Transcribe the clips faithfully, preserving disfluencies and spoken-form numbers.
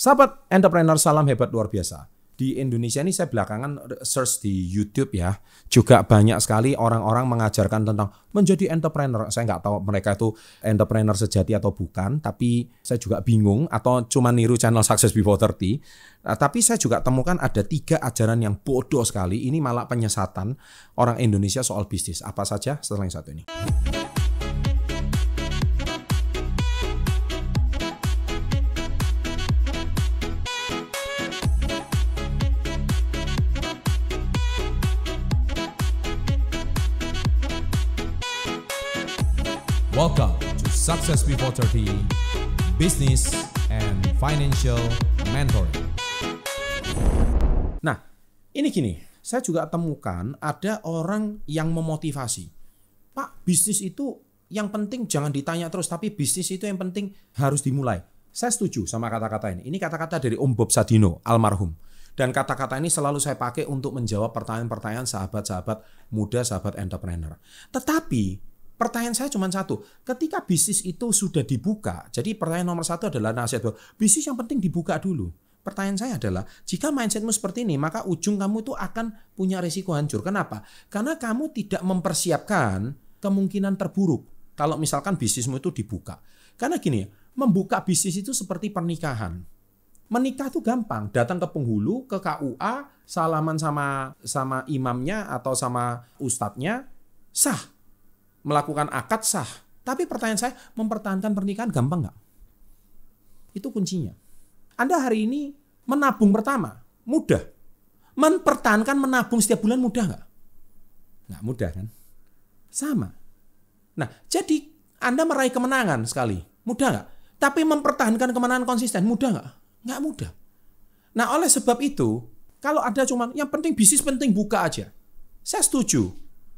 Sahabat entrepreneur, salam hebat luar biasa. Di Indonesia ini saya belakangan search di YouTube ya, juga banyak sekali orang-orang mengajarkan tentang menjadi entrepreneur. Saya nggak tahu mereka itu entrepreneur sejati atau bukan, tapi saya juga bingung atau cuma niru channel Success Before tiga puluh. Nah, tapi saya juga temukan ada tiga ajaran yang bodoh sekali. Ini malah penyesatan orang Indonesia soal bisnis. Apa saja setelah yang satu ini. Welcome to Success Before tiga puluh, Business and Financial Mentoring. Nah, ini gini, saya juga temukan ada orang yang memotivasi. Pak, bisnis itu yang penting jangan ditanya terus, tapi bisnis itu yang penting harus dimulai. Saya setuju sama kata-kata ini. Ini kata-kata dari Om Bob Sadino, almarhum. Dan kata-kata ini selalu saya pakai untuk menjawab pertanyaan-pertanyaan sahabat-sahabat muda, sahabat entrepreneur. Tetapi pertanyaan saya cuma satu, ketika bisnis itu sudah dibuka, jadi pertanyaan nomor satu adalah nasihat bahwa bisnis yang penting dibuka dulu. Pertanyaan saya adalah, jika mindsetmu seperti ini, maka ujung kamu itu akan punya risiko hancur. Kenapa? Karena kamu tidak mempersiapkan kemungkinan terburuk kalau misalkan bisnismu itu dibuka. Karena gini ya, membuka bisnis itu seperti pernikahan. Menikah itu gampang, datang ke penghulu, ke K U A, salaman sama sama imamnya atau sama ustadznya, sah. Melakukan akad sah. Tapi pertanyaan saya, mempertahankan pernikahan gampang nggak? Itu kuncinya. Anda hari ini menabung pertama, mudah. Mempertahankan menabung setiap bulan mudah nggak? Nggak mudah kan? Sama. Nah, jadi Anda meraih kemenangan sekali, mudah nggak? Tapi mempertahankan kemenangan konsisten, mudah nggak? Nggak mudah. Nah, oleh sebab itu, kalau ada cuma yang penting bisnis penting buka aja. Saya setuju.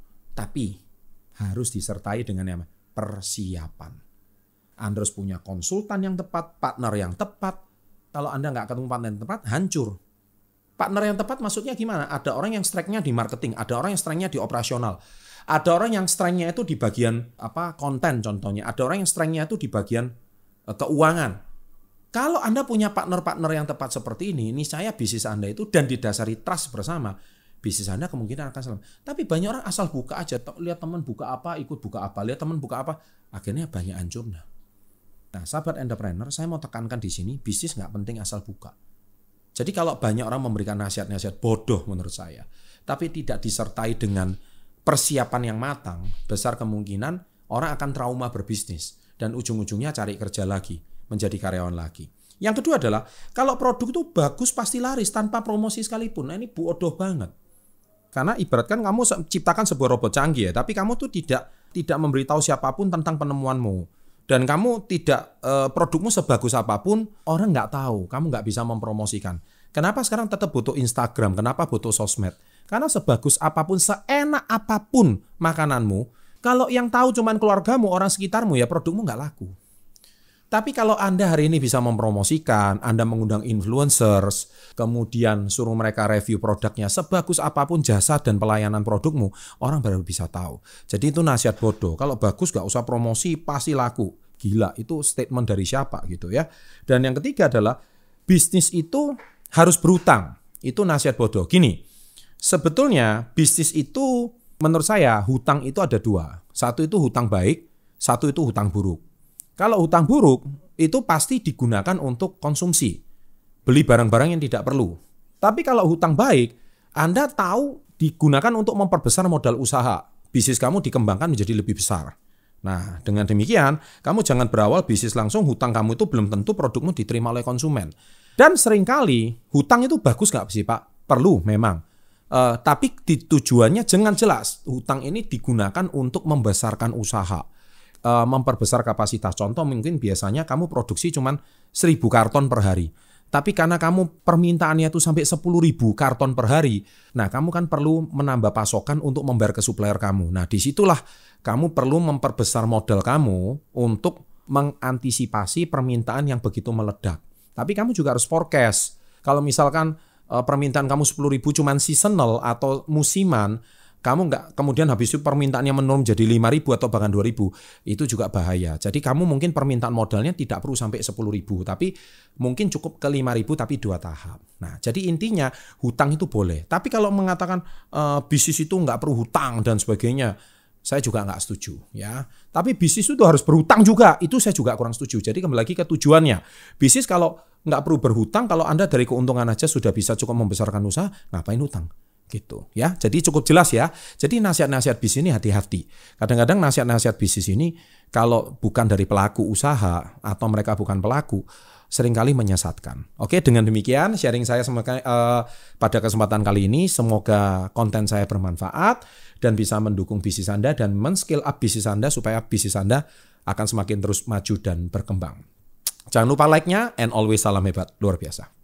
Tapi harus disertai dengan yang persiapan. Anda harus punya konsultan yang tepat, partner yang tepat. Kalau Anda nggak ketemu partner yang tepat, hancur. Partner yang tepat maksudnya gimana? Ada orang yang strength-nya di marketing, ada orang yang strength-nya di operasional, ada orang yang strength-nya itu di bagian apa konten contohnya, ada orang yang strength-nya itu di bagian uh, keuangan. Kalau Anda punya partner-partner yang tepat seperti ini, niscaya bisnis Anda itu dan didasari trust bersama, bisnis Anda kemungkinan akan selamat. Tapi banyak orang asal buka aja, lihat teman buka apa, ikut buka apa, lihat teman buka apa, akhirnya banyak hancur. Nah, sahabat entrepreneur, saya mau tekankan di sini, bisnis nggak penting asal buka. Jadi kalau banyak orang memberikan nasihat-nasihat bodoh menurut saya, tapi tidak disertai dengan persiapan yang matang, besar kemungkinan orang akan trauma berbisnis dan ujung-ujungnya cari kerja lagi, menjadi karyawan lagi. Yang kedua adalah, kalau produk itu bagus pasti laris tanpa promosi sekalipun. Nah, ini bodoh banget. Karena ibaratkan kamu ciptakan sebuah robot canggih ya, tapi kamu tuh tidak tidak memberitahu siapapun tentang penemuanmu. Dan kamu tidak, eh, produkmu sebagus apapun, orang nggak tahu, kamu nggak bisa mempromosikan. Kenapa sekarang tetap butuh Instagram? Kenapa butuh sosmed? Karena sebagus apapun, seenak apapun makananmu, kalau yang tahu cuman keluargamu, orang sekitarmu, ya produkmu nggak laku. Tapi kalau Anda hari ini bisa mempromosikan, Anda mengundang influencers, kemudian suruh mereka review produknya, sebagus apapun jasa dan pelayanan produkmu, orang baru bisa tahu. Jadi itu nasihat bodoh. Kalau bagus gak usah promosi, pasti laku. Gila, itu statement dari siapa gitu ya. Dan yang ketiga adalah, bisnis itu harus berhutang. Itu nasihat bodoh. Gini, sebetulnya bisnis itu menurut saya hutang itu ada dua. Satu itu hutang baik, satu itu hutang buruk. Kalau hutang buruk, itu pasti digunakan untuk konsumsi. Beli barang-barang yang tidak perlu. Tapi kalau hutang baik, Anda tahu digunakan untuk memperbesar modal usaha. Bisnis kamu dikembangkan menjadi lebih besar. Nah, dengan demikian, kamu jangan berawal bisnis langsung, hutang kamu itu belum tentu produkmu diterima oleh konsumen. Dan seringkali, hutang itu bagus nggak sih Pak? Perlu memang. Uh, tapi tujuannya jangan jelas. Hutang ini digunakan untuk membesarkan usaha. Uh, memperbesar kapasitas. Contoh mungkin biasanya kamu produksi cuman seribu karton per hari. Tapi karena kamu permintaannya itu sampai sepuluh ribu karton per hari, nah kamu kan perlu menambah pasokan untuk membayar ke supplier kamu. Nah disitulah kamu perlu memperbesar modal kamu untuk mengantisipasi permintaan yang begitu meledak. Tapi kamu juga harus forecast. Kalau misalkan uh, permintaan kamu sepuluh ribu cuman seasonal atau musiman, kamu nggak kemudian habis itu permintaannya menurun jadi lima ribu atau bahkan dua ribu, itu juga bahaya. Jadi kamu mungkin permintaan modalnya tidak perlu sampai sepuluh ribu, tapi mungkin cukup ke lima ribu tapi dua tahap. Nah, jadi intinya hutang itu boleh. Tapi kalau mengatakan uh, bisnis itu nggak perlu hutang dan sebagainya, saya juga nggak setuju ya. Tapi bisnis itu harus berhutang juga, itu saya juga kurang setuju. Jadi kembali lagi ke tujuannya. Bisnis kalau nggak perlu berhutang, kalau Anda dari keuntungan aja sudah bisa cukup membesarkan usaha, ngapain hutang? Gitu ya. Jadi cukup jelas ya. Jadi nasihat-nasihat bisnis ini hati-hati. Kadang-kadang nasihat-nasihat bisnis ini kalau bukan dari pelaku usaha atau mereka bukan pelaku, seringkali menyesatkan. Oke, dengan demikian sharing saya semoga, uh, pada kesempatan kali ini semoga konten saya bermanfaat dan bisa mendukung bisnis Anda dan men-scale up bisnis Anda supaya bisnis Anda akan semakin terus maju dan berkembang. Jangan lupa like-nya and always salam hebat luar biasa.